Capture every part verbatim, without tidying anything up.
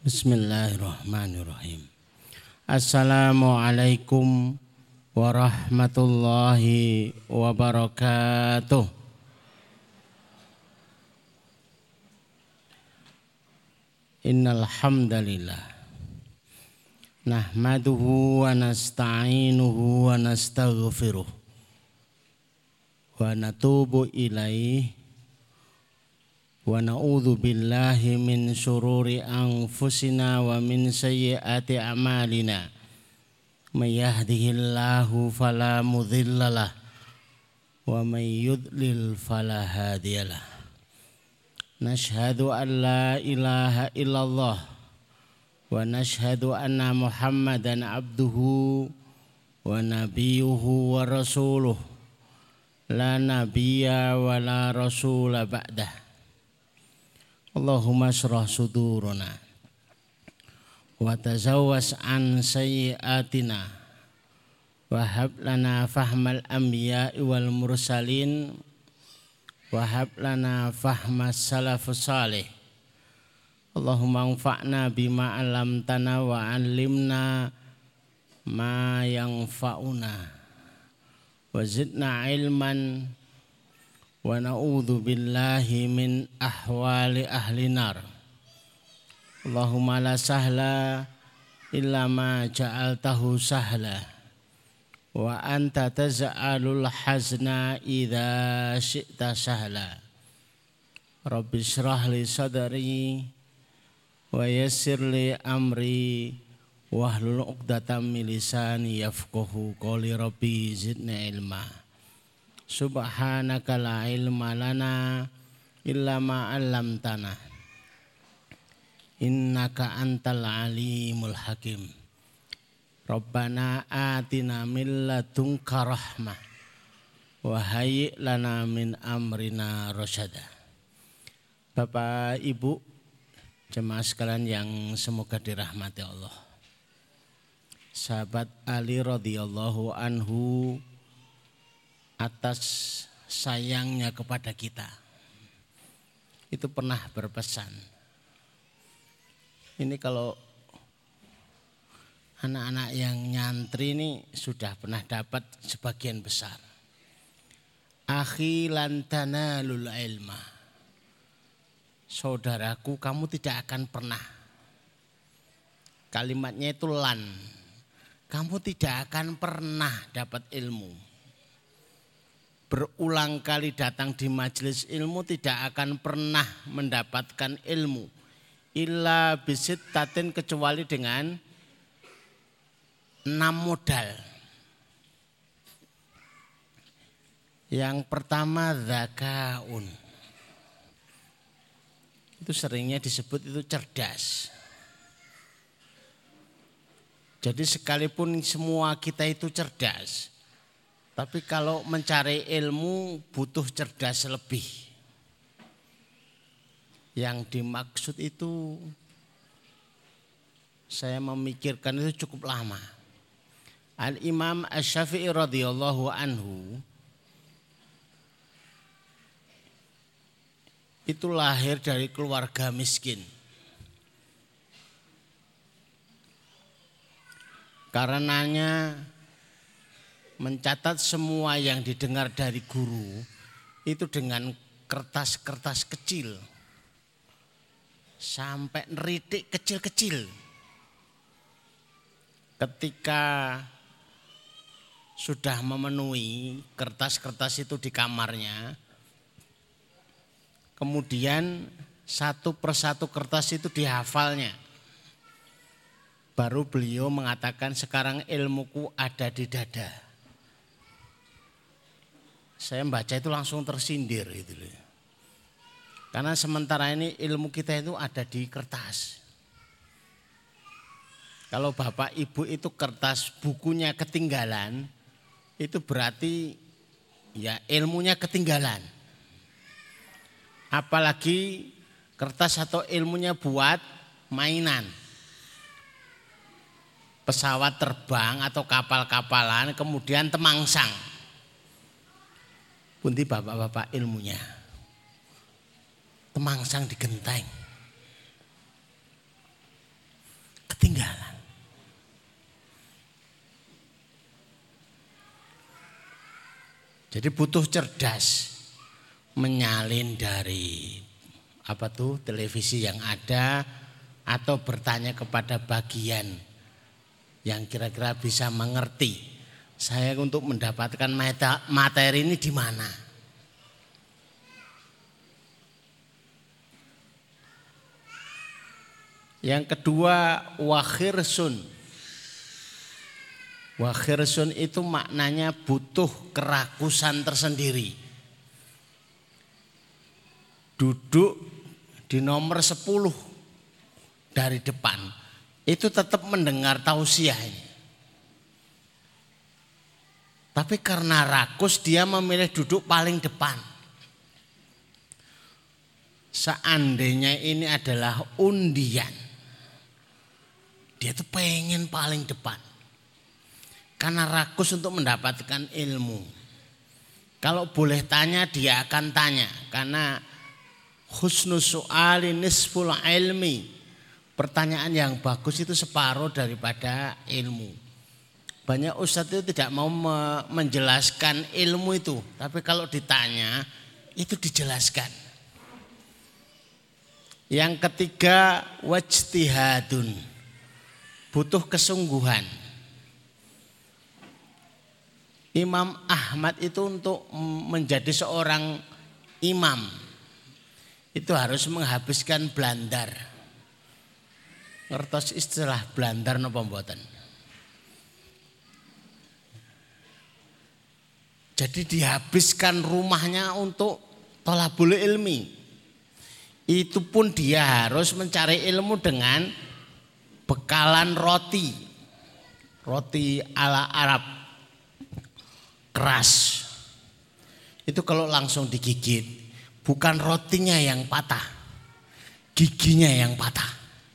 Bismillahirrahmanirrahim. Assalamualaikum warahmatullahi wabarakatuh. Innal hamdalillah nahmaduhu wa nasta'inuhu wa nastaghfiruh wa natubu ilaihi wa na'udzu billahi min syururi anfusina wa min sayyiati a'malina. May yahdihillahu fala mudhillalah wa may yudlil fala hadiyalah. Nashhadu an la ilaha illallah wa nashhadu anna Muhammadan abduhu wa nabiyuhu wa rasuluh la nabiyya wa la rasula ba'dah. Allahumma syrah suduruna wa tazawwas an sayyiatina wa hab lana fahmal anbiya'i wal mursalin wa hab lana fahmas salafus salih. Allahumma anfa'na bima 'allamtana wa 'allimna ma yanfa'una wa zidna ilman wa na'udzu billahi min ahwali ahli nar. Allahumma la sahla illa ma ja'altahu sahla wa anta taz'alul hazna idza syi'ta sahla. Rabbi shrah li sadri wa yassir li amri wahlul 'uqdatam min lisani yafqahu qawli. Rabbi zidni ilma. Subhanaka la ilma lana illa ma 'allamtana innaka antal alimul hakim. Rabbana atina min ladunka rahmah wa hayyi' lana min amrina rasyada. Bapak Ibu jemaah sekalian yang semoga dirahmati Allah, sahabat Ali radhiyallahu anhu atas sayangnya kepada kita itu pernah berpesan, ini kalau anak-anak yang nyantri ini sudah pernah dapat sebagian besar. Akhi lan tanalul ilma, saudaraku kamu tidak akan pernah, kalimatnya itu lan, kamu tidak akan pernah dapat ilmu. Berulang kali datang di majelis ilmu tidak akan pernah mendapatkan ilmu. Illa bisittatin, kecuali dengan enam modal. Yang pertama dzakaun. Itu seringnya disebut itu cerdas. Jadi sekalipun semua kita itu cerdas, tapi kalau mencari ilmu butuh cerdas lebih. Yang dimaksud itu saya memikirkan itu cukup lama. Al-Imam Asy-Syafi'i radhiyallahu anhu itu lahir dari keluarga miskin. Karenanya mencatat semua yang didengar dari guru itu dengan kertas-kertas kecil sampai neritik kecil-kecil. Ketika sudah memenuhi kertas-kertas itu di kamarnya, kemudian satu persatu kertas itu dihafalnya. Baru beliau mengatakan, sekarang ilmuku ada di dada. Saya membaca itu langsung tersindir gitu loh. Karena sementara ini ilmu kita itu ada di kertas. Kalau bapak ibu itu kertas bukunya ketinggalan, itu berarti ya ilmunya ketinggalan. Apalagi kertas atau ilmunya buat mainan. Pesawat terbang atau kapal-kapalan kemudian temangsang. Pundi bapak-bapak ilmunya. Temangsang di genteng. Jadi butuh cerdas, menyalin dari apa tuh televisi yang ada atau bertanya kepada bagian yang kira-kira bisa mengerti saya untuk mendapatkan materi ini di mana. Yang kedua, wakhirsun. Wakhirsun itu maknanya butuh kerakusan tersendiri. Duduk di nomor sepuluh dari depan, itu tetap mendengar tausiah ini. Tapi karena rakus dia memilih duduk paling depan. Seandainya ini adalah undian, dia tuh pengen paling depan. Karena rakus untuk mendapatkan ilmu. Kalau boleh tanya dia akan tanya. Karena husnus su'ali nisful ilmi. Pertanyaan yang bagus itu separuh daripada ilmu. Banyak ustadz itu tidak mau menjelaskan ilmu itu. Tapi kalau ditanya itu dijelaskan. Yang ketiga wajtihadun. Butuh kesungguhan. Imam Ahmad itu untuk menjadi seorang imam itu harus menghabiskan blandar. Ngertos istilah blandar napa mboten? Jadi dihabiskan rumahnya untuk thalabul ilmi. Itu pun dia harus mencari ilmu dengan bekalan roti. Roti ala Arab. Keras. Itu kalau langsung digigit, bukan rotinya yang patah, giginya yang patah.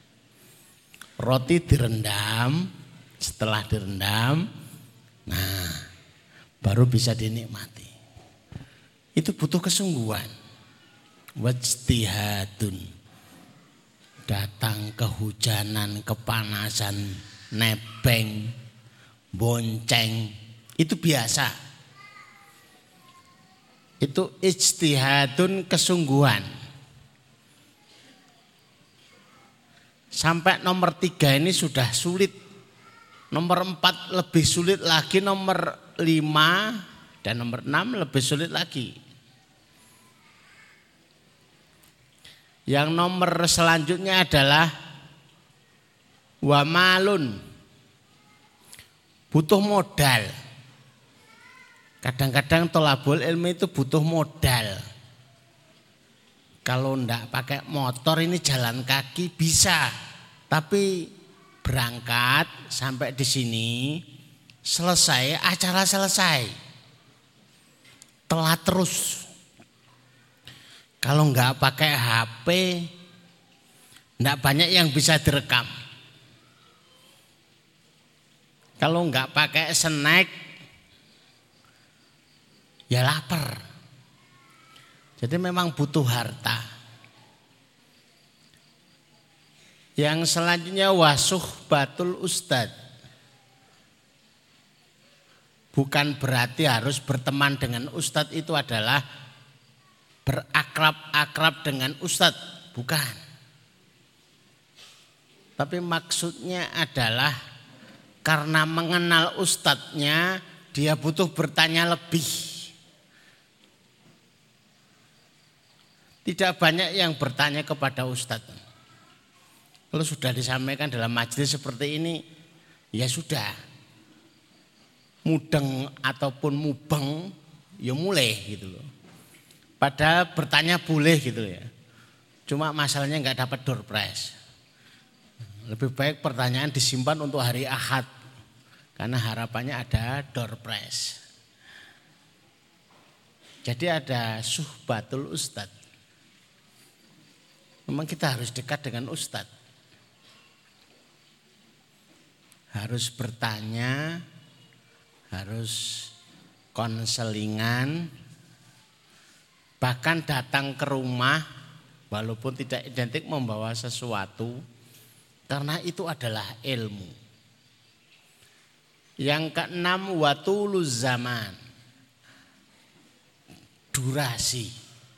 Roti direndam, setelah direndam, nah baru bisa dinikmati. Itu butuh kesungguhan. Wajtihadun. Datang kehujanan, kepanasan, nebeng, bonceng, itu biasa. Itu ijtihadun, kesungguhan. Sampai nomor tiga ini sudah sulit. Nomor empat lebih sulit lagi, nomor lima dan nomor enam lebih sulit lagi. Yang nomor selanjutnya adalah wamalun. Butuh modal. Kadang-kadang thalabul ilmi itu butuh modal. Kalau enggak pakai motor ini jalan kaki bisa. Tapi berangkat sampai di sini selesai, acara selesai. Telat terus. Kalau enggak pakai H P enggak banyak yang bisa direkam. Kalau enggak pakai snack ya lapar. Jadi memang butuh harta. Yang selanjutnya wasuh batul ustad. Bukan berarti harus berteman dengan ustad itu adalah berakrab-akrab dengan ustad. Bukan. Tapi maksudnya adalah karena mengenal ustadznya dia butuh bertanya lebih. Tidak banyak yang bertanya kepada ustadz. Kalau sudah disampaikan dalam majelis seperti ini, ya sudah. Mudeng ataupun mubeng, ya mulai gitu loh. Padahal bertanya boleh gitu ya. Cuma masalahnya nggak dapat door prize. Lebih baik pertanyaan disimpan untuk hari Ahad. Karena harapannya ada door prize. Jadi ada suhbatul ustadz. Memang kita harus dekat dengan ustadz. Harus bertanya, harus konselingan, bahkan datang ke rumah walaupun tidak identik membawa sesuatu, karena itu adalah ilmu. Yang keenam watuluz zaman. durasi.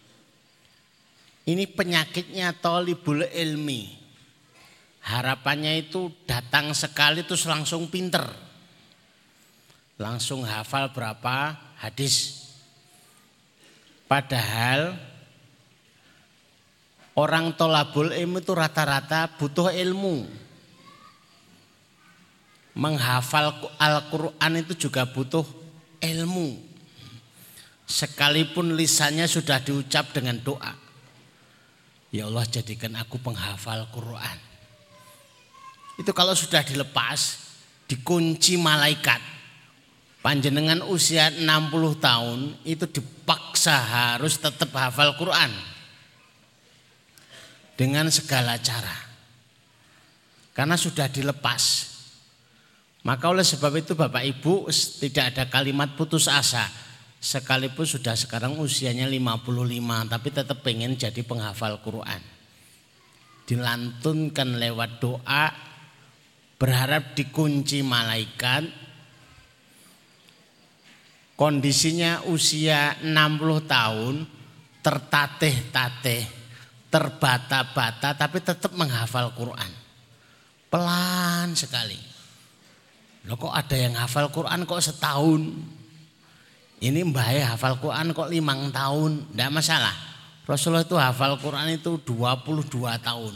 Ini penyakitnya thalibul ilmi. Harapannya itu datang sekali terus langsung pinter. Langsung hafal berapa hadis. Padahal orang thalabul ilmi itu rata-rata butuh ilmu. Menghafal Al-Quran itu juga butuh ilmu. Sekalipun lisannya sudah diucap dengan doa. Ya Allah, jadikan aku penghafal Quran. Itu kalau sudah dilepas, dikunci malaikat. Panjenengan usia enam puluh tahun itu dipaksa harus tetap hafal Quran. Dengan segala cara. Karena sudah dilepas. Maka oleh sebab itu Bapak Ibu tidak ada kalimat putus asa. Sekalipun sudah sekarang usianya lima puluh lima tapi tetap pengen jadi penghafal Quran. Dilantunkan lewat doa, berharap dikunci malaikat. Kondisinya usia enam puluh tahun, tertatih-tatih, terbata-bata tapi tetap menghafal Quran. Pelan sekali. Loh kok ada yang hafal Quran kok setahun? Ini mbahnya hafal Quran kok limang tahun, tidak masalah. Rasulullah itu hafal Quran itu dua puluh dua tahun.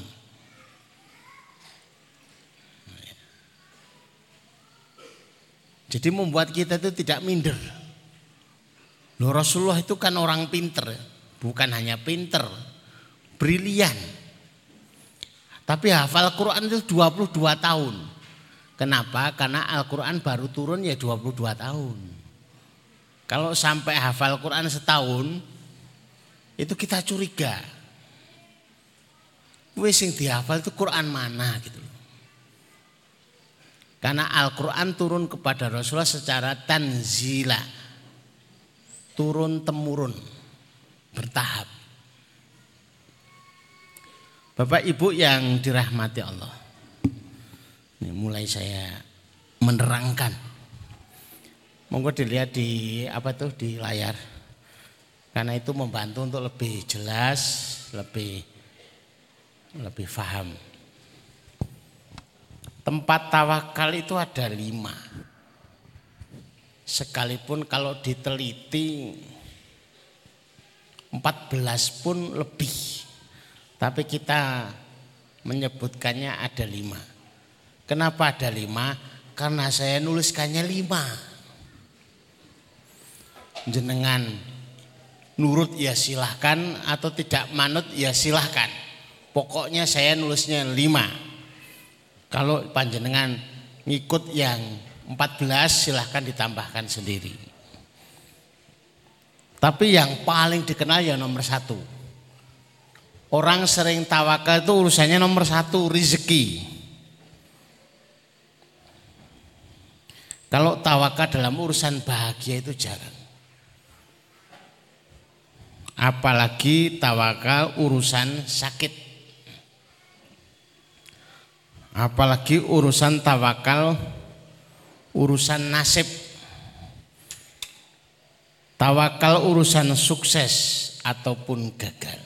Jadi membuat kita itu tidak minder. Loh Rasulullah itu kan orang pinter, bukan hanya pinter, brilian. Tapi hafal Quran itu dua puluh dua tahun. Kenapa? Karena Al-Quran baru turun ya dua puluh dua tahun. Kalau sampai hafal Quran setahun, itu kita curiga. Wis sing dihafal itu Quran mana gitu. Karena Al-Quran turun kepada Rasulullah secara tanzila. Turun temurun, bertahap. Bapak Ibu yang dirahmati Allah. Ini mulai saya menerangkan. Monggo dilihat di apa tuh di layar. Karena itu membantu untuk lebih jelas, lebih lebih paham. Tempat tawakal itu ada lima. Sekalipun kalau diteliti empat belas pun lebih. Tapi kita menyebutkannya ada lima. Kenapa ada lima? Karena saya nuliskannya lima. Jenengan nurut ya silahkan atau tidak manut ya silahkan. Pokoknya saya nulisnya lima. Kalau panjenengan ngikut yang empat belas silahkan ditambahkan sendiri. Tapi yang paling dikenal ya nomor satu. Orang sering tawakal itu urusannya nomor satu, rezeki. Kalau tawakal dalam urusan bahagia itu jarang. Apalagi tawakal urusan sakit. Apalagi urusan tawakal urusan nasib. Tawakal urusan sukses ataupun gagal.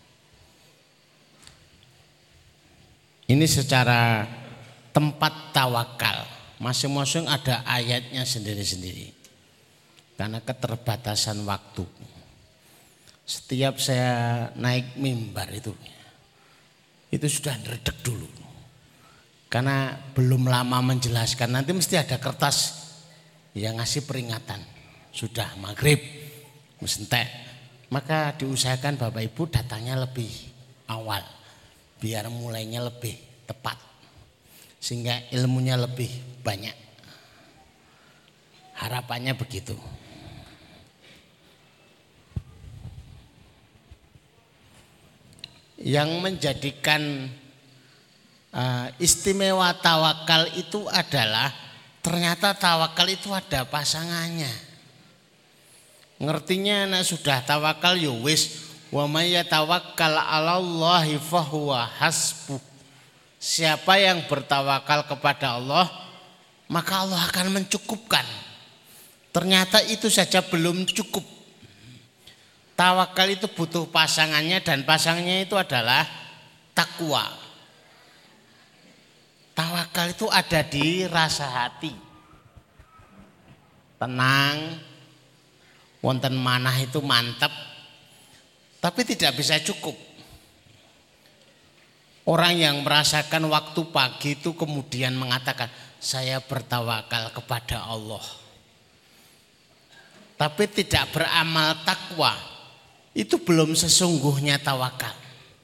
Ini secara tempat tawakal. Masing-masing ada ayatnya sendiri-sendiri. Karena keterbatasan waktu. Setiap saya naik mimbar itu, itu sudah ngeredek dulu. Karena belum lama menjelaskan, nanti mesti ada kertas yang ngasih peringatan. Sudah maghrib, mesentek. Maka diusahakan Bapak Ibu datangnya lebih awal. Biar mulainya lebih tepat. Sehingga ilmunya lebih banyak. Harapannya begitu. Yang menjadikan uh, istimewa tawakal itu adalah ternyata tawakal itu ada pasangannya. Ngertinya nah sudah tawakal ya wis wa may yatawakkal 'alallahi fahuwa hasbuh. Siapa yang bertawakal kepada Allah maka Allah akan mencukupkan. Ternyata itu saja belum cukup. Tawakal itu butuh pasangannya dan pasangannya itu adalah takwa. Tawakal itu ada di rasa hati. Tenang, wonten manah itu mantep, tapi tidak bisa cukup. Orang yang merasakan waktu pagi itu kemudian mengatakan, saya bertawakal kepada Allah. Tapi tidak beramal takwa, itu belum sesungguhnya tawakal.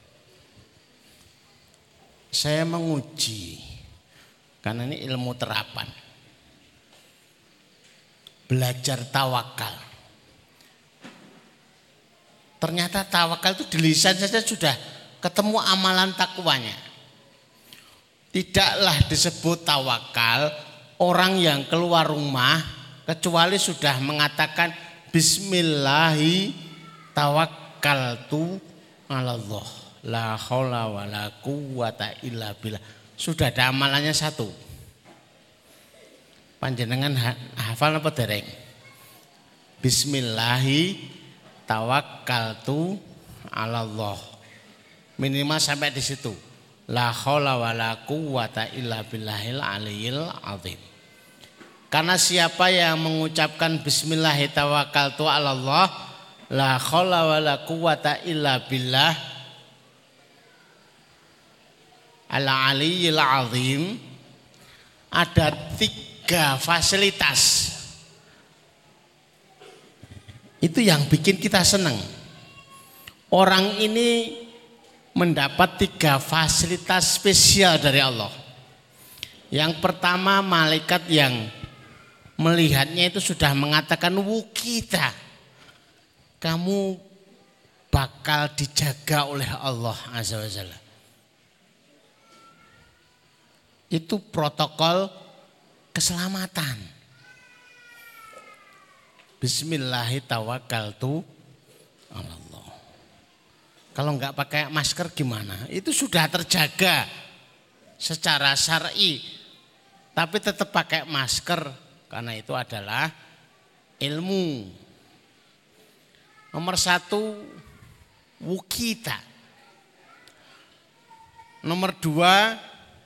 Saya menguji, karena ini ilmu terapan. Belajar tawakal. Ternyata tawakal itu di lisan saja sudah ketemu amalan takwanya. Tidaklah disebut tawakal orang yang keluar rumah kecuali sudah mengatakan bismillahi tawakkaltu 'alallah la haula wala quwata illa billah. Sudah ada amalannya satu. Panjenengan hafal apa dereng? Bismillahi tawakkaltu 'alallah. Minimal sampai di situ. La haula wala quwata illa billahil aliyil azim. Karena siapa yang mengucapkan bismillahi tawakkaltu 'alallah la haula wala quwata illa billah al aliyil azim, ada tiga fasilitas. Itu yang bikin kita senang. Orang ini mendapat tiga fasilitas spesial dari Allah. Yang pertama, malaikat yang melihatnya itu sudah mengatakan, wukita, kamu bakal dijaga oleh Allah Azza wa Jalla. Itu protokol keselamatan. Bismillahirrahmanirrahim. Allah. Kalau enggak pakai masker gimana? Itu sudah terjaga secara syar'i. Tapi tetap pakai masker karena itu adalah ilmu. Nomor satu, wukita. Nomor dua,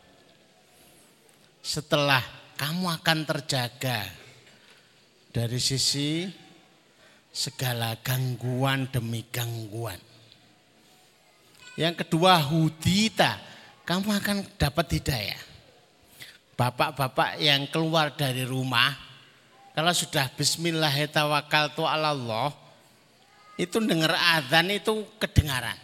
setelah kamu akan terjaga dari sisi segala gangguan demi gangguan. Yang kedua, hudita, kamu akan dapat hidayah. Bapak-bapak yang keluar dari rumah, kalau sudah bismillahirrahmanirrahim, itu dengar azan itu kedengaran.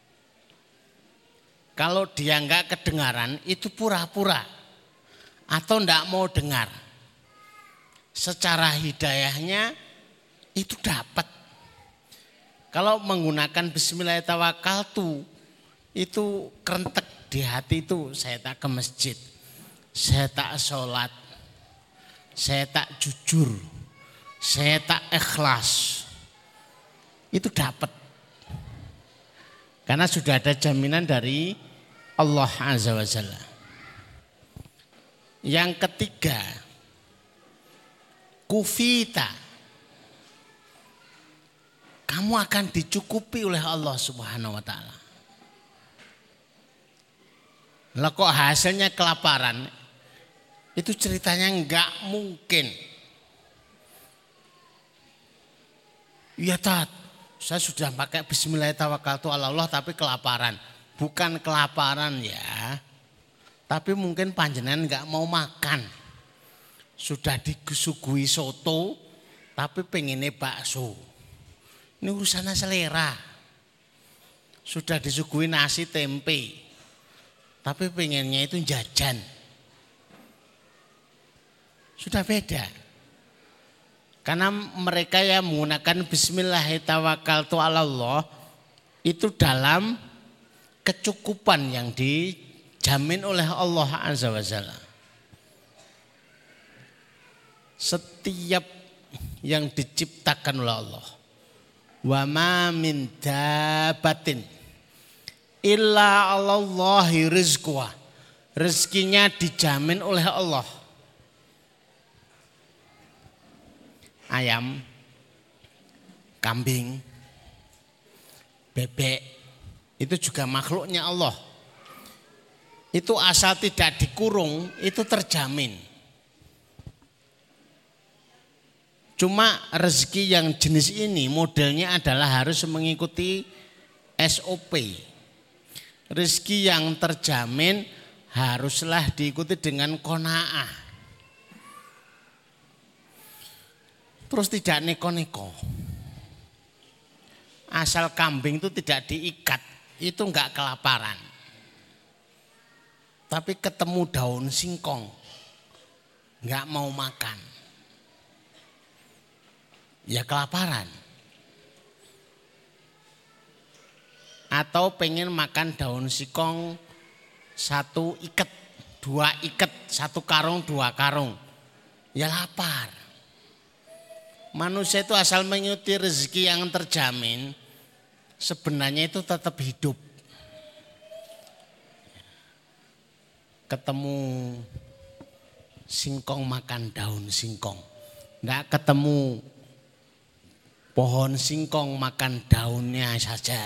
Kalau dia enggak kedengaran, itu pura-pura atau enggak mau dengar. Secara hidayahnya itu dapat. Kalau menggunakan bismillahirrahmanirrahim itu kerentek di hati itu, saya tak ke masjid, saya tak sholat, saya tak jujur, saya tak ikhlas. Itu dapat. Karena sudah ada jaminan dari Allah Azza wa Jalla. Yang ketiga, kufita, kamu akan dicukupi oleh Allah Subhanahu wa taala. Lah kok hasilnya kelaparan? Itu ceritanya enggak mungkin. Ya tat, saya sudah pakai bismillahirrahmanirrahim tapi kelaparan. Bukan kelaparan ya. Tapi mungkin panjenengan enggak mau makan. Sudah disuguhi soto tapi pengennya bakso. Ini urusannya selera. Sudah disuguhi nasi tempe tapi pengennya itu jajan. Sudah beda. Karena mereka yang menggunakan bismillahirrahmanirrahim itu dalam kecukupan yang dijamin oleh Allah Azza wa Jalla. Setiap yang diciptakan oleh Allah, wa ma min dabatin illa 'alallahi rizquha, rezekinya dijamin oleh Allah. Ayam, kambing, bebek, itu juga makhluknya Allah. Itu asal tidak dikurung, itu terjamin. Cuma rezeki yang jenis ini modelnya adalah harus mengikuti S O P. Rezeki yang terjamin haruslah diikuti dengan qanaah. Terus tidak neko-neko. Asal kambing itu tidak diikat, itu enggak kelaparan. Tapi ketemu daun singkong, enggak mau makan. Ya kelaparan. Atau pengen makan daun singkong satu iket, dua iket, satu karung, dua karung. Ya lapar. Manusia itu asal mengikuti rezeki yang terjamin, sebenarnya itu tetap hidup. Ketemu singkong makan daun singkong. Enggak ketemu pohon singkong makan daunnya saja.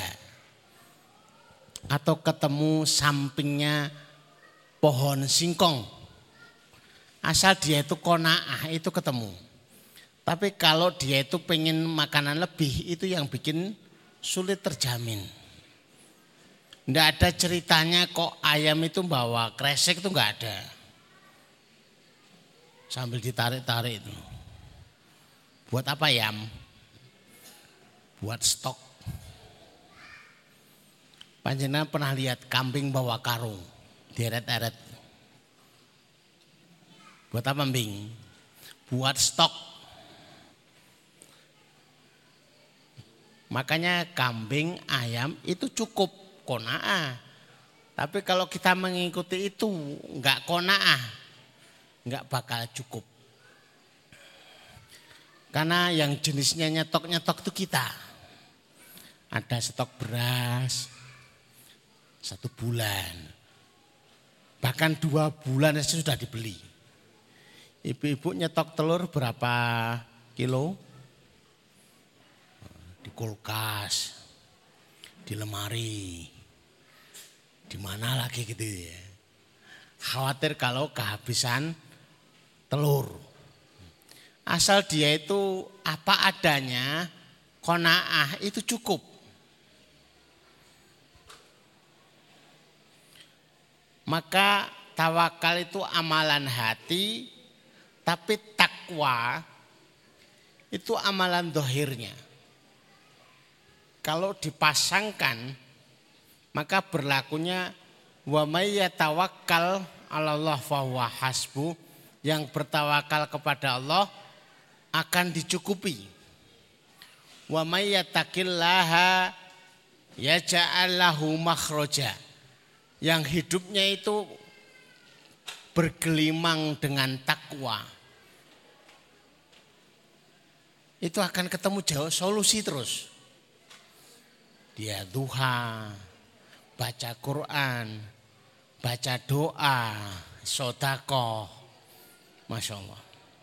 Atau ketemu sampingnya pohon singkong. Asal dia itu qanaah itu ketemu. Tapi kalau dia itu pengen makanan lebih, itu yang bikin sulit terjamin. Tidak ada ceritanya kok ayam itu bawa kresek, itu enggak ada. Sambil ditarik-tarik itu. Buat apa ayam? Buat stok. Panjenengan pernah lihat kambing bawa karung, dieret-eret. Buat apa kambing? Buat stok. Makanya kambing, ayam itu cukup qanaah. Tapi kalau kita mengikuti itu enggak qanaah, enggak bakal cukup. Karena yang jenisnya nyetok-nyetok itu kita. Ada stok beras satu bulan. Bahkan dua bulan sudah dibeli. Ibu-ibu nyetok telur berapa kilo? Di kulkas, di lemari, di mana lagi gitu ya. Khawatir kalau kehabisan telur. Asal dia itu apa adanya, qanaah itu cukup. Maka tawakal itu amalan hati, tapi takwa itu amalan dohirnya. Kalau dipasangkan, maka berlakunya wa may yatawakkal 'alallah fahuwa hasbuh, yang bertawakal kepada Allah akan dicukupi. Wa may yattaqillaha yaj'al lahu makhraja, yang hidupnya itu bergelimang dengan takwa, itu akan ketemu jauh solusi terus. Dia duha, baca Quran, baca doa, sedekah, masya Allah.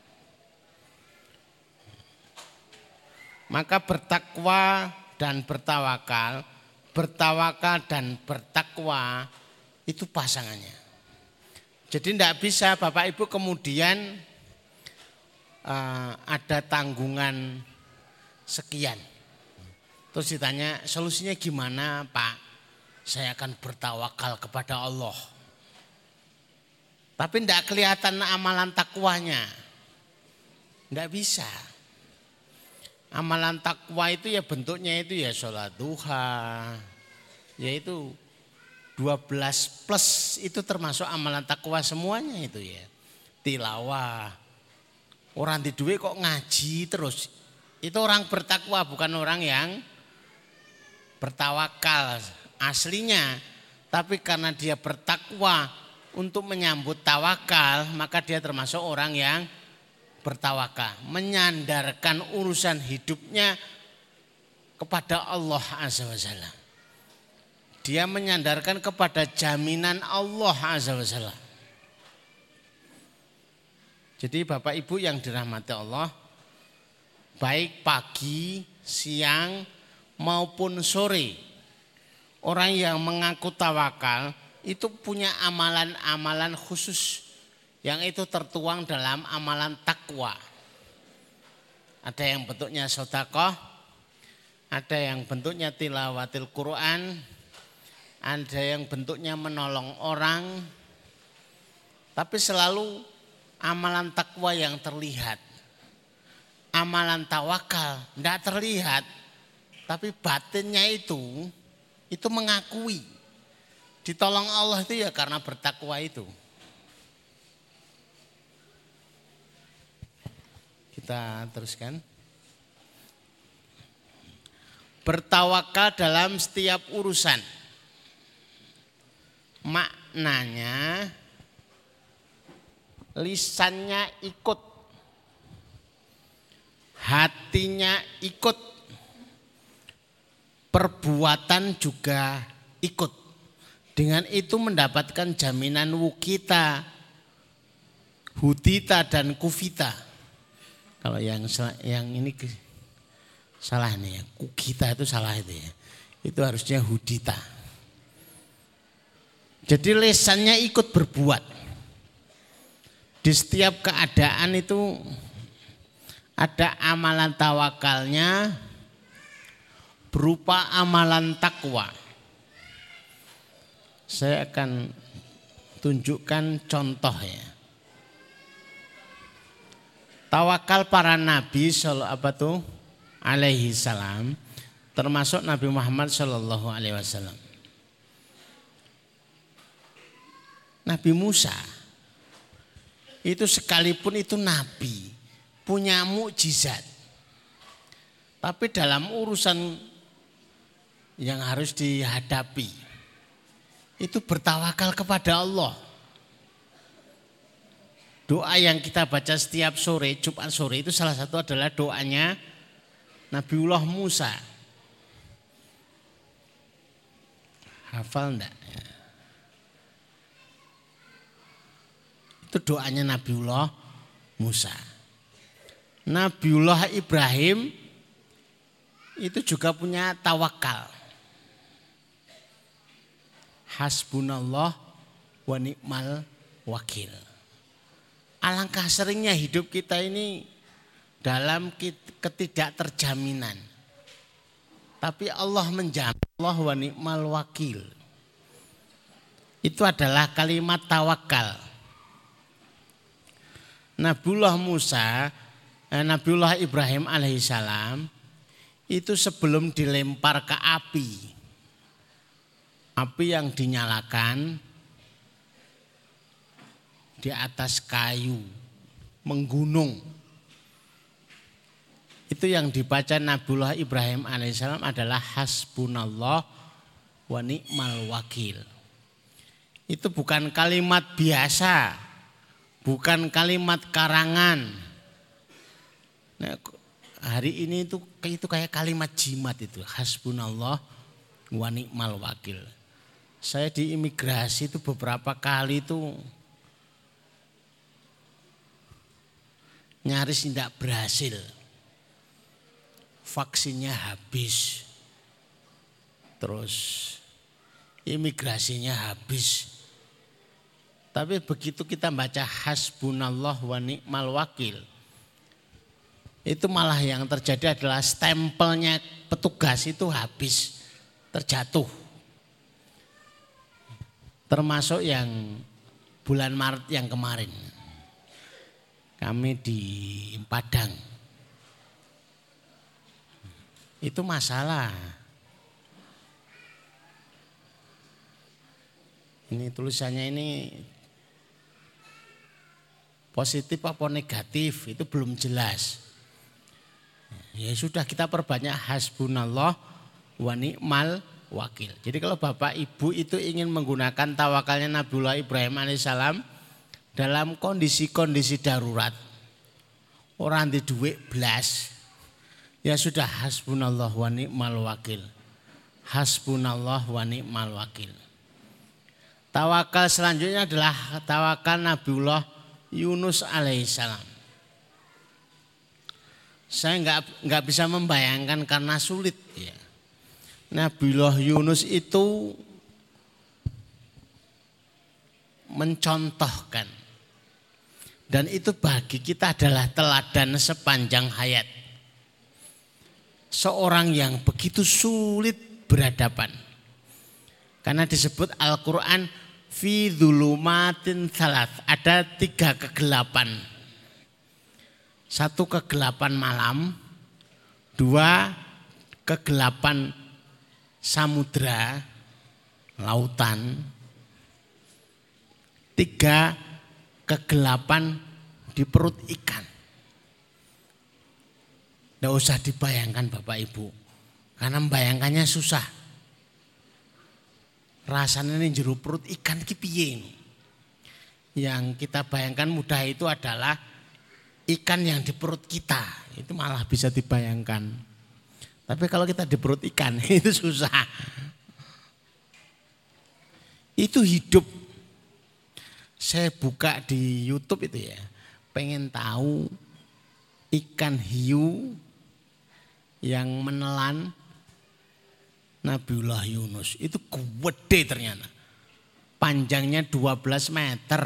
Maka bertakwa dan bertawakal, bertawakal dan bertakwa itu pasangannya. Jadi tidak bisa Bapak Ibu kemudian uh, ada tanggungan sekian. Terus ditanya solusinya gimana Pak? Saya akan bertawakal kepada Allah. Tapi tidak kelihatan amalan takwanya. Tidak bisa. Amalan takwa itu ya bentuknya itu ya sholat duha. Yaitu dua belas plus itu termasuk amalan takwa semuanya itu ya. Tilawah. Orang di duit kok ngaji terus. Itu orang bertakwa, bukan orang yang bertawakal aslinya. Tapi karena dia bertakwa untuk menyambut tawakal, maka dia termasuk orang yang bertawakal. Menyandarkan urusan hidupnya kepada Allah Azza wa Jalla. Dia menyandarkan kepada jaminan Allah Azza wa Jalla. Jadi Bapak Ibu yang dirahmati Allah, baik pagi, siang maupun sore, Orang yang mengaku tawakal itu punya amalan-amalan khusus yang itu tertuang dalam amalan takwa. Ada yang bentuknya sedekah, ada yang bentuknya tilawatil Quran, ada yang bentuknya menolong orang. Tapi selalu amalan takwa yang terlihat. Amalan tawakal tidak terlihat, tapi batinnya itu itu mengakui ditolong Allah itu ya karena bertakwa itu. Kita teruskan. Bertawakal dalam setiap urusan. Maknanya lisannya ikut, hatinya ikut, perbuatan juga ikut. Dengan itu mendapatkan jaminan wukita, hudita dan kufita. Kalau yang yang ini salah nih ya, kukita itu salah itu ya. Itu harusnya hudita. Jadi lisannya ikut berbuat. Di setiap keadaan itu ada amalan tawakalnya berupa amalan takwa. Saya akan tunjukkan contoh ya. Tawakal para nabi sallallahu apa tuh alaihi salam, termasuk Nabi Muhammad sallallahu alaihi wasallam. Nabi Musa itu sekalipun itu nabi, punya mukjizat. Tapi dalam urusan yang harus dihadapi itu bertawakal kepada Allah. Doa yang kita baca setiap sore, Jumat sore itu salah satu adalah doanya Nabiullah Musa. Hafal enggak? Itu doanya Nabiullah Musa. Nabiullah Ibrahim itu juga punya tawakal. Hasbunallah wa ni'mal wakil. Alangkah seringnya hidup kita ini dalam ketidakterjaminan. Tapi Allah menjamin, Allah wa ni'mal wakil. Itu adalah kalimat tawakal. Nabiullah Musa, eh, Nabiullah Ibrahim alaihissalam itu sebelum dilempar ke api, api yang dinyalakan di atas kayu, menggunung. Itu yang dibaca Nabiullah Ibrahim alaihissalam adalah hasbunallah wa ni'mal wakil. Itu bukan kalimat biasa, bukan kalimat karangan. Nah, hari ini itu itu kayak kalimat jimat itu, hasbunallah wa ni'mal wakil. Saya di imigrasi itu beberapa kali itu nyaris tidak berhasil. Vaksinnya habis. Terus imigrasinya habis. Tapi begitu kita baca hasbunallah wa ni'mal wakil, itu malah yang terjadi adalah stempelnya petugas itu habis, terjatuh. Termasuk yang bulan Maret yang kemarin. Kami di Padang. Itu masalah. Ini tulisannya ini positif apa negatif itu belum jelas. Ya sudah kita perbanyak hasbunallah wa ni'mal wakil. Jadi kalau Bapak Ibu itu ingin menggunakan tawakalnya Nabiullah Ibrahim alaihissalam dalam kondisi-kondisi darurat, orang di duit belas, ya sudah hasbunallah wa ni'mal wakil. Hasbunallah wa ni'mal wakil. Tawakal selanjutnya adalah tawakal Nabiullah Yunus alaihissalam. Saya nggak nggak bisa membayangkan karena sulit ya. Nabiullah Yunus itu mencontohkan, dan itu bagi kita adalah teladan sepanjang hayat. Seorang yang begitu sulit berhadapan. Karena disebut Al-Quran fi dzulumatin tsalas, ada tiga kegelapan. Satu kegelapan malam, dua kegelapan samudra, lautan, tiga kegelapan di perut ikan. Tidak usah dibayangkan Bapak Ibu, karena membayangkannya susah. Rasanya ini jero perut ikan ki piye. Yang kita bayangkan mudah itu adalah ikan yang di perut kita, itu malah bisa dibayangkan. Tapi kalau kita di perut ikan itu susah. Itu hidup. Saya buka di YouTube itu ya, pengen tahu ikan hiu yang menelan Nabiullah Yunus. Itu gede ternyata. Panjangnya dua belas meter.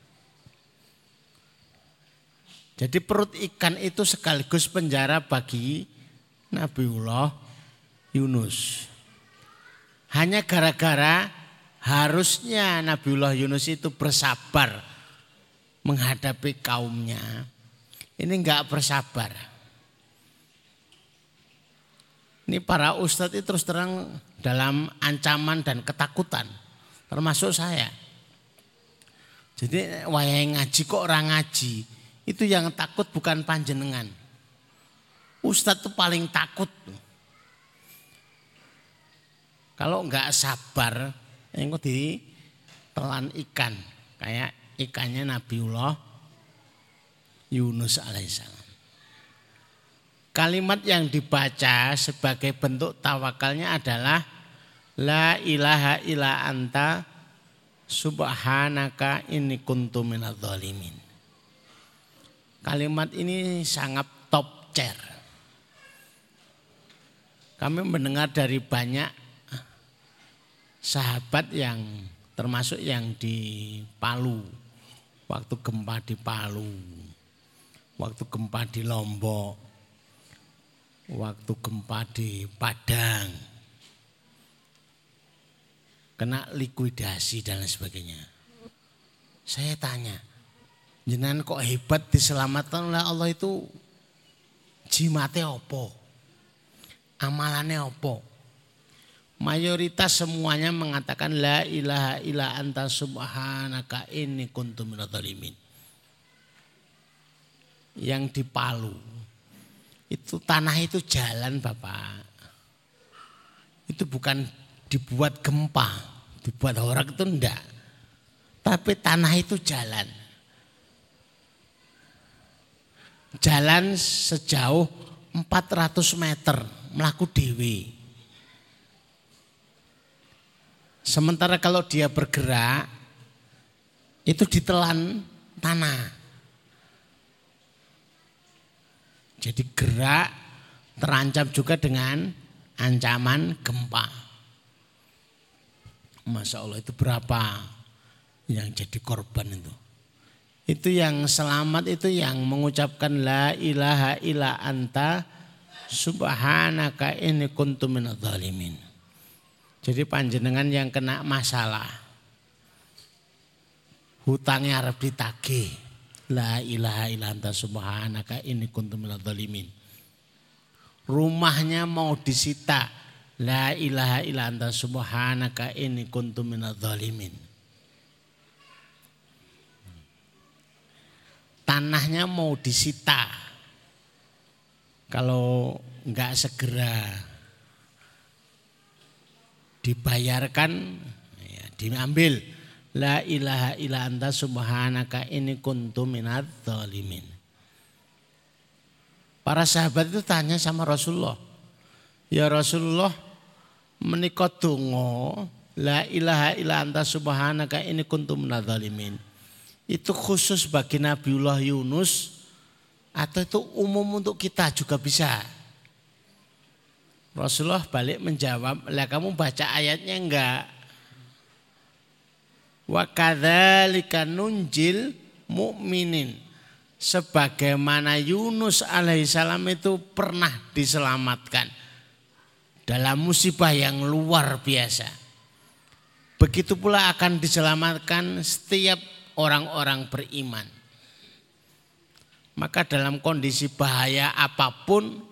Jadi perut ikan itu sekaligus penjara bagi Nabiullah Yunus. Hanya gara-gara harusnya Nabiullah Yunus itu bersabar menghadapi kaumnya. Ini enggak bersabar. Ini para ustadz itu terus terang dalam ancaman dan ketakutan. Termasuk saya. Jadi wayang ngaji kok orang ngaji. Itu yang takut bukan panjenengan. Ustadz itu paling takut. Kalau enggak sabar, yang ditelan ikan. Kayak ikannya Nabiullah Yunus alaihissalam. Kalimat yang dibaca sebagai bentuk tawakalnya adalah la ilaha illa anta subhanaka inni kuntu minadz dzalimin. Kalimat ini sangat top chair. Kami mendengar dari banyak sahabat yang termasuk yang di Palu, waktu gempa di Palu, waktu gempa di Lombok, waktu gempa di Padang, kena likuidasi dan lain sebagainya. Saya tanya, jenengan kok hebat diselamatkan oleh Allah itu jimate opo? Amalannya opo? Mayoritas semuanya mengatakan la ilaha illa anta subhanaka inni kuntu minadz dzalimin. Yang di Palu itu tanah itu jalan Bapak. Itu bukan dibuat gempa, dibuat horak itu enggak. Tapi tanah itu jalan. Jalan sejauh empat ratus meter melaku dewe. Sementara kalau dia bergerak itu ditelan tanah. Jadi gerak terancam juga dengan ancaman gempa. Masya Allah, itu berapa yang jadi korban itu. Itu yang selamat itu yang mengucapkan la ilaha illa anta subhanaka inni kuntu minadz dzalimin. Jadi panjenengan yang kena masalah, hutangnya harus ditagih. La ilaha illa anta subhanaka inni kuntu minadz dzalimin. Rumahnya mau disita. La ilaha illa anta subhanaka inni kuntu minadz dzalimin. Tanahnya mau disita. Kalau enggak segera dibayarkan, ya, diambil. La ilaha illa anta subhanaka inni kuntu minadz dzalimin. Para sahabat itu tanya sama Rasulullah, ya Rasulullah, menika donga la ilaha illa anta subhanaka inni kuntu minadz dzalimin. Itu khusus bagi Nabiullah Yunus atau itu umum untuk kita juga bisa? Rasulullah balik menjawab, lah kamu baca ayatnya enggak? Wa kadzalika nunjil mu'minin. Sebagaimana Yunus alaihissalam itu pernah diselamatkan dalam musibah yang luar biasa. Begitu pula akan diselamatkan setiap orang-orang beriman. Maka dalam kondisi bahaya apapun,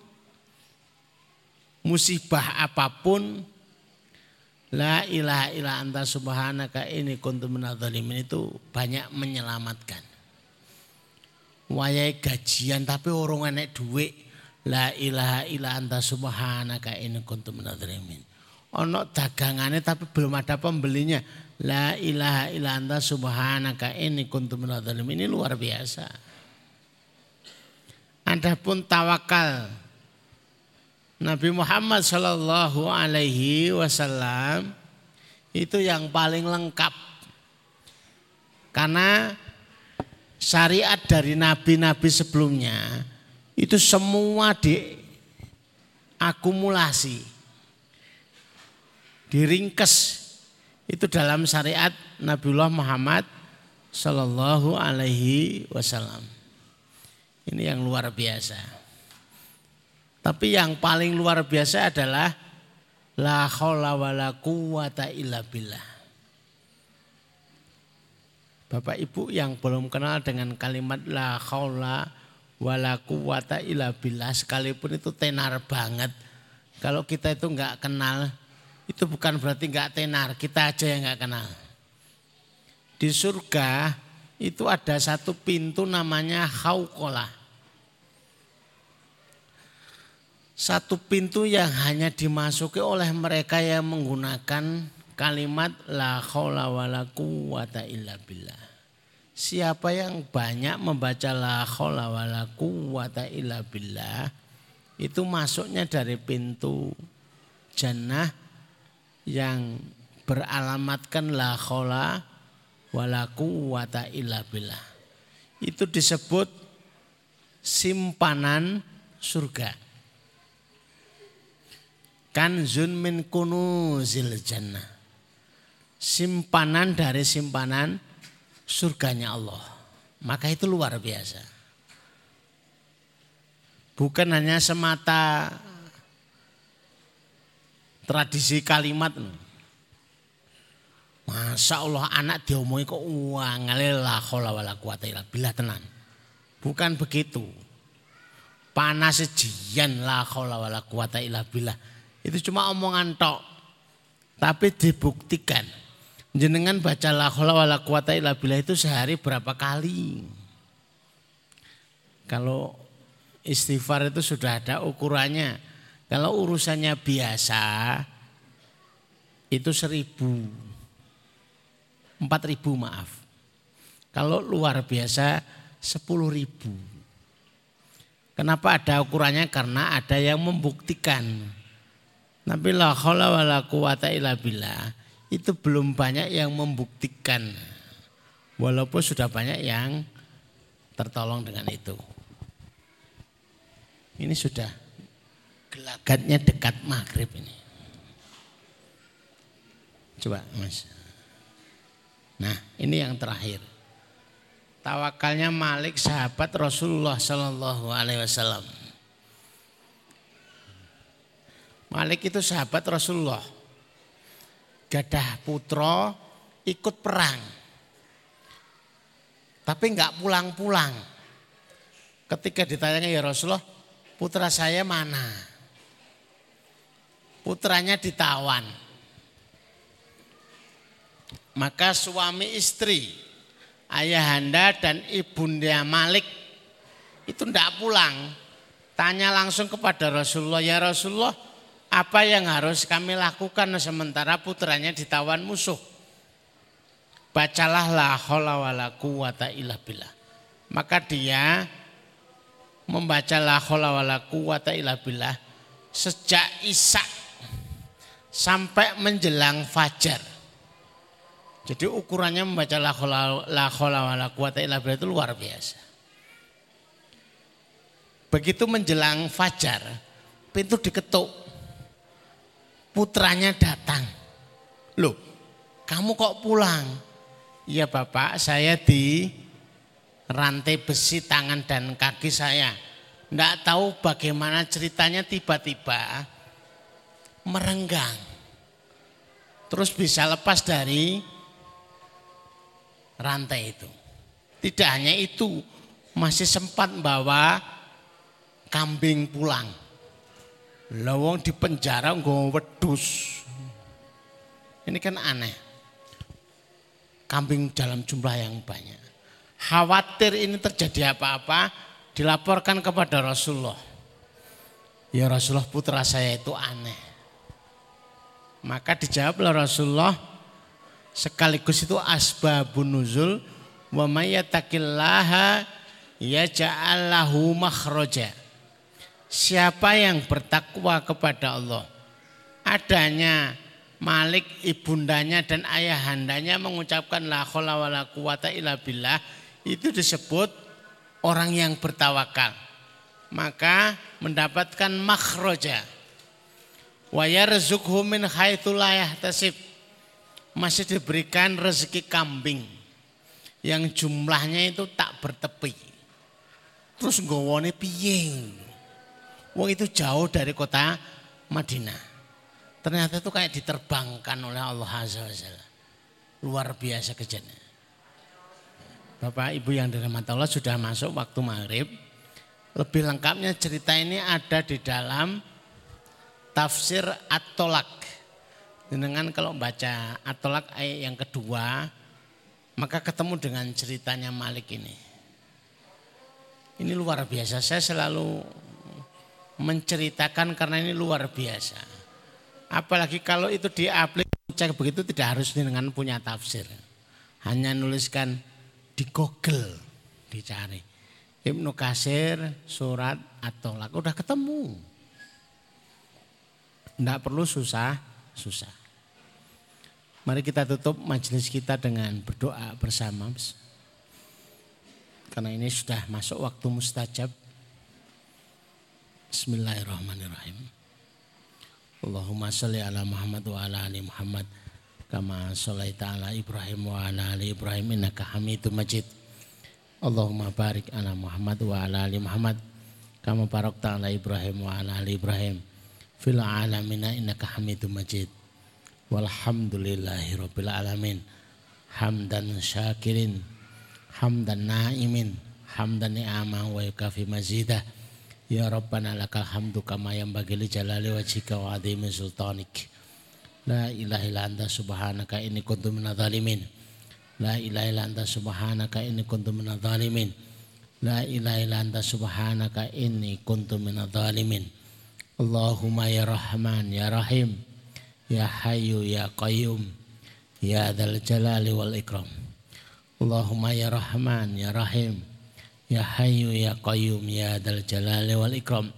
musibah apapun, la ilaha illa anta subhanaka inni kuntu minadz dzalimin itu banyak menyelamatkan. Wayahe gajian tapi orang enek duit, la ilaha illa anta subhanaka inni kuntu minadz dzalimin. Ono dagangane tapi belum ada pembelinya, la ilaha illa anta subhanaka inni kuntu minadz dzalimin. Ini luar biasa. Adapun tawakal Nabi Muhammad Shallallahu Alaihi Wasallam itu yang paling lengkap, karena syariat dari nabi-nabi sebelumnya itu semua diakumulasi, diringkes itu dalam syariat Nabiullah Muhammad Shallallahu Alaihi Wasallam. Ini yang luar biasa. Tapi yang paling luar biasa adalah la haula wala quwata illa billah. Bapak Ibu yang belum kenal dengan kalimat la haula wala quwata illa billah, sekalipun itu tenar banget. Kalau kita itu enggak kenal, itu bukan berarti enggak tenar, kita aja yang enggak kenal. Di surga itu ada satu pintu namanya hauqalah. Satu pintu yang hanya dimasuki oleh mereka yang menggunakan kalimat la haula wala quwata illa billah. Siapa yang banyak membaca la haula wala quwata illa billah itu masuknya dari pintu jannah yang beralamatkan la haula wala quwata illa billah. Itu disebut simpanan surga. Kanzun min kunuzil jannah. Simpanan dari simpanan surganya Allah. Maka itu luar biasa. Bukan hanya semata tradisi kalimat. Masya Allah anak diomongi kok uang la haula wala quwata illa billah tenan. Bukan begitu. Panas sejian la haula wala quwata illa billah. Itu cuma omongan tok. Tapi dibuktikan. Jenengan baca la haula wala quwata illa billah itu sehari berapa kali? Kalau istighfar itu sudah ada ukurannya. Kalau urusannya biasa itu seribu. Empat ribu maaf. Kalau luar biasa sepuluh ribu. Kenapa ada ukurannya? Karena ada yang membuktikan. Tapi la haula wala quwata illa billah itu belum banyak yang membuktikan. Walaupun sudah banyak yang tertolong dengan itu. Ini sudah gelagatnya dekat maghrib ini. Coba Mas. Nah ini yang terakhir. Tawakalnya Malik sahabat Rasulullah Sallallahu Alaihi Wasallam. Malik itu sahabat Rasulullah. Gadah putra ikut perang. Tapi enggak pulang-pulang. Ketika ditanya ya Rasulullah, putra saya mana? Putranya ditawan. Maka suami istri, ayahanda dan ibunda Malik itu enggak pulang. Tanya langsung kepada Rasulullah, ya Rasulullah, apa yang harus kami lakukan sementara putranya ditawan musuh? Bacalah la haula wala quwata illa billah. Maka dia membaca la haula wala quwata illa billah sejak Isya sampai menjelang fajar. Jadi ukurannya membaca la haula wala quwata illa billah itu luar biasa. Begitu menjelang fajar, pintu diketuk. putranya datang. Loh, kamu kok pulang? Iya Bapak, saya di rantai besi tangan dan kaki saya. Nggak tahu bagaimana ceritanya tiba-tiba merenggang. Terus bisa lepas dari rantai itu. Tidak hanya itu, masih sempat bawa kambing pulang. Lawang di penjara nggo wedhus. Ini kan aneh. Kambing dalam jumlah yang banyak. Khawatir ini terjadi apa-apa, dilaporkan kepada Rasulullah. Ya Rasulullah, putra saya itu aneh. Maka dijawablah Rasulullah, sekaligus itu asbabun nuzul, wa may yattaqillaha yaj'al lahu makhraja. Siapa yang bertakwa kepada Allah, adanya Malik ibundanya dan ayahandanya mengucapkan la haula wala quwata illa billah, itu disebut orang yang bertawakal. Maka mendapatkan makhraja. Wa yarzuqhu min haitsu la yahtasib. Masih diberikan rezeki kambing yang jumlahnya itu tak bertepi. Terus nggawane piye? Wong itu jauh dari kota Madinah. Ternyata itu kayak diterbangkan oleh Allah Azza wa Jalla. Luar biasa kejadian. Bapak Ibu yang dirahmati Allah, sudah masuk waktu maghrib. Lebih lengkapnya cerita ini ada di dalam tafsir At-Tolak. Dengan kalau baca At-Tolak ayat yang kedua, maka ketemu dengan ceritanya Malik ini. Ini luar biasa, saya selalu menceritakan karena ini luar biasa. Apalagi kalau itu diaplikasikan begitu, tidak harus dengan punya tafsir. Hanya nuliskan di Google, dicari Ibnu Katsir surat At-Tolak, udah ketemu. Tidak perlu susah-susah. Mari kita tutup majelis kita dengan berdoa bersama. Karena ini sudah masuk waktu mustajab. Bismillahirrahmanirrahim. Allahumma sholli ala Muhammad wa ala ali Muhammad kama sholaita ala Ibrahim wa ala ali Ibrahim innaka Hamidum Majid. Allahumma barik ala Muhammad wa ala ali Muhammad kama barakta ala Ibrahim wa ala ali Ibrahim fil alamin innaka Hamidum Majid. Walhamdulillahi rabbil alamin. Hamdan syakirin, hamdan naimin, hamdan ni'ama wa yukafi mazidah. Ya Rabbana lakal hamdu kama yanbaghi li jalali wajhika wa 'azimi sultanik. La ilaha illa anta subhanaka inni kuntu minadh dhalimin. La ilaha illa anta subhanaka inni kuntu minadh dhalimin. La ilaha illa anta subhanaka inni kuntu minadh dhalimin. Allahumma ya Rahman ya Rahim ya Hayyu ya Qayyum ya Dzal Jalali wal Ikram. Allahumma ya Rahman ya Rahim ya Hayyu ya Qayyum ya Dzal Jalali wal Ikram.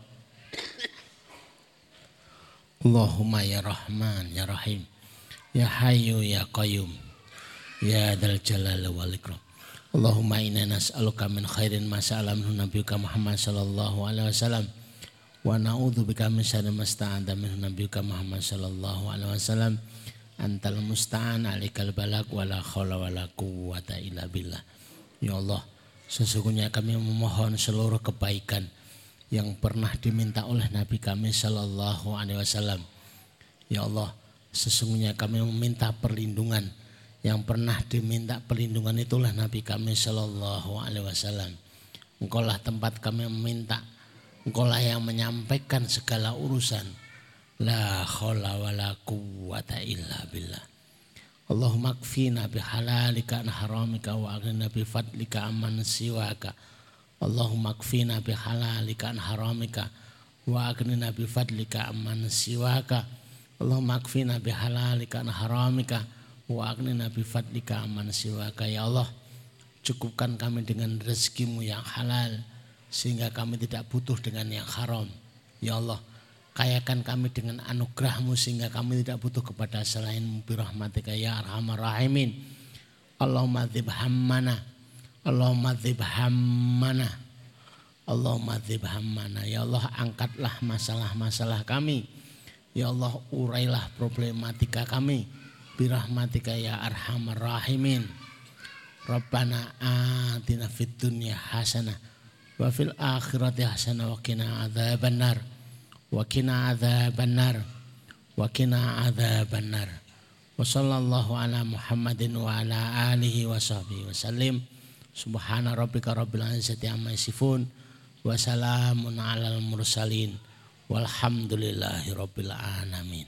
Allahumma ya Rahman ya Rahim ya Hayyu ya Qayyum ya Dzal Jalali wal Ikram. Allahumma inna nas'aluka min khairin ma sa'ala minhu nabiyyuka Muhammad sallallahu alaihi wasallam wa na'udzubika min syarri ma sta'adha minhu nabiyyuka Muhammad sallallahu alaihi wasallam. Antal musta'an alikal balak wala haula wala quwwata illa billah. Ya Allah, sesungguhnya kami memohon seluruh kebaikan yang pernah diminta oleh Nabi kami sallallahu alaihi wasallam. Ya Allah, sesungguhnya kami meminta perlindungan yang pernah diminta perlindungan itulah Nabi kami sallallahu alaihi wasallam. Engkaulah tempat kami meminta, Engkaulah yang menyampaikan segala urusan. La haula wala quwwata illa billah. Allahumma kfina bihalalika an haramika wa aghnina bi fadlika amman siwaka. Allahumma kfina bihalalika an haramika wa aghnina bi fadlika amman siwaka. Allahumma kfina bihalalika an haramika wa aghnina bi fadlika amman siwaka. Ya Allah, cukupkan kami dengan rezekimu yang halal sehingga kami tidak butuh dengan yang haram. Ya Allah, kayakan kami dengan anugerahmu sehingga kami tidak butuh kepada selainmu birahmatika ya arhamar rahimin. Allahumma dzib hammana, Allahumma dzib hammana, Allahumma dzib hammana. Ya Allah, angkatlah masalah-masalah kami Ya Allah, urailah problematika kami birahmatika ya arhamar rahimin. Rabbana atina fid dunya hasanah wa fil akhirati hasanah wa qina adzabannar wa qina adzabannar wa qina adzabannar. Wa sallallahu ala Muhammadin wa ala alihi wa sahbihi wa sallim. Subhana rabbika rabbil izzati amma yasifun wa salamun alal mursalin walhamdulillahi rabbil alamin.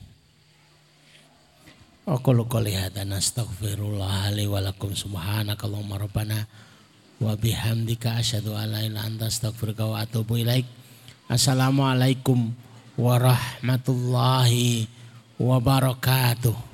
Aqulu qouli hadza nastaghfirullah li wa lakum subhanakallahumma rabbana wa bihamdika asyhadu an la ilaha illa anta astaghfiruka wa atubu ilaik. Assalamualaikum warahmatullahi wabarakatuh.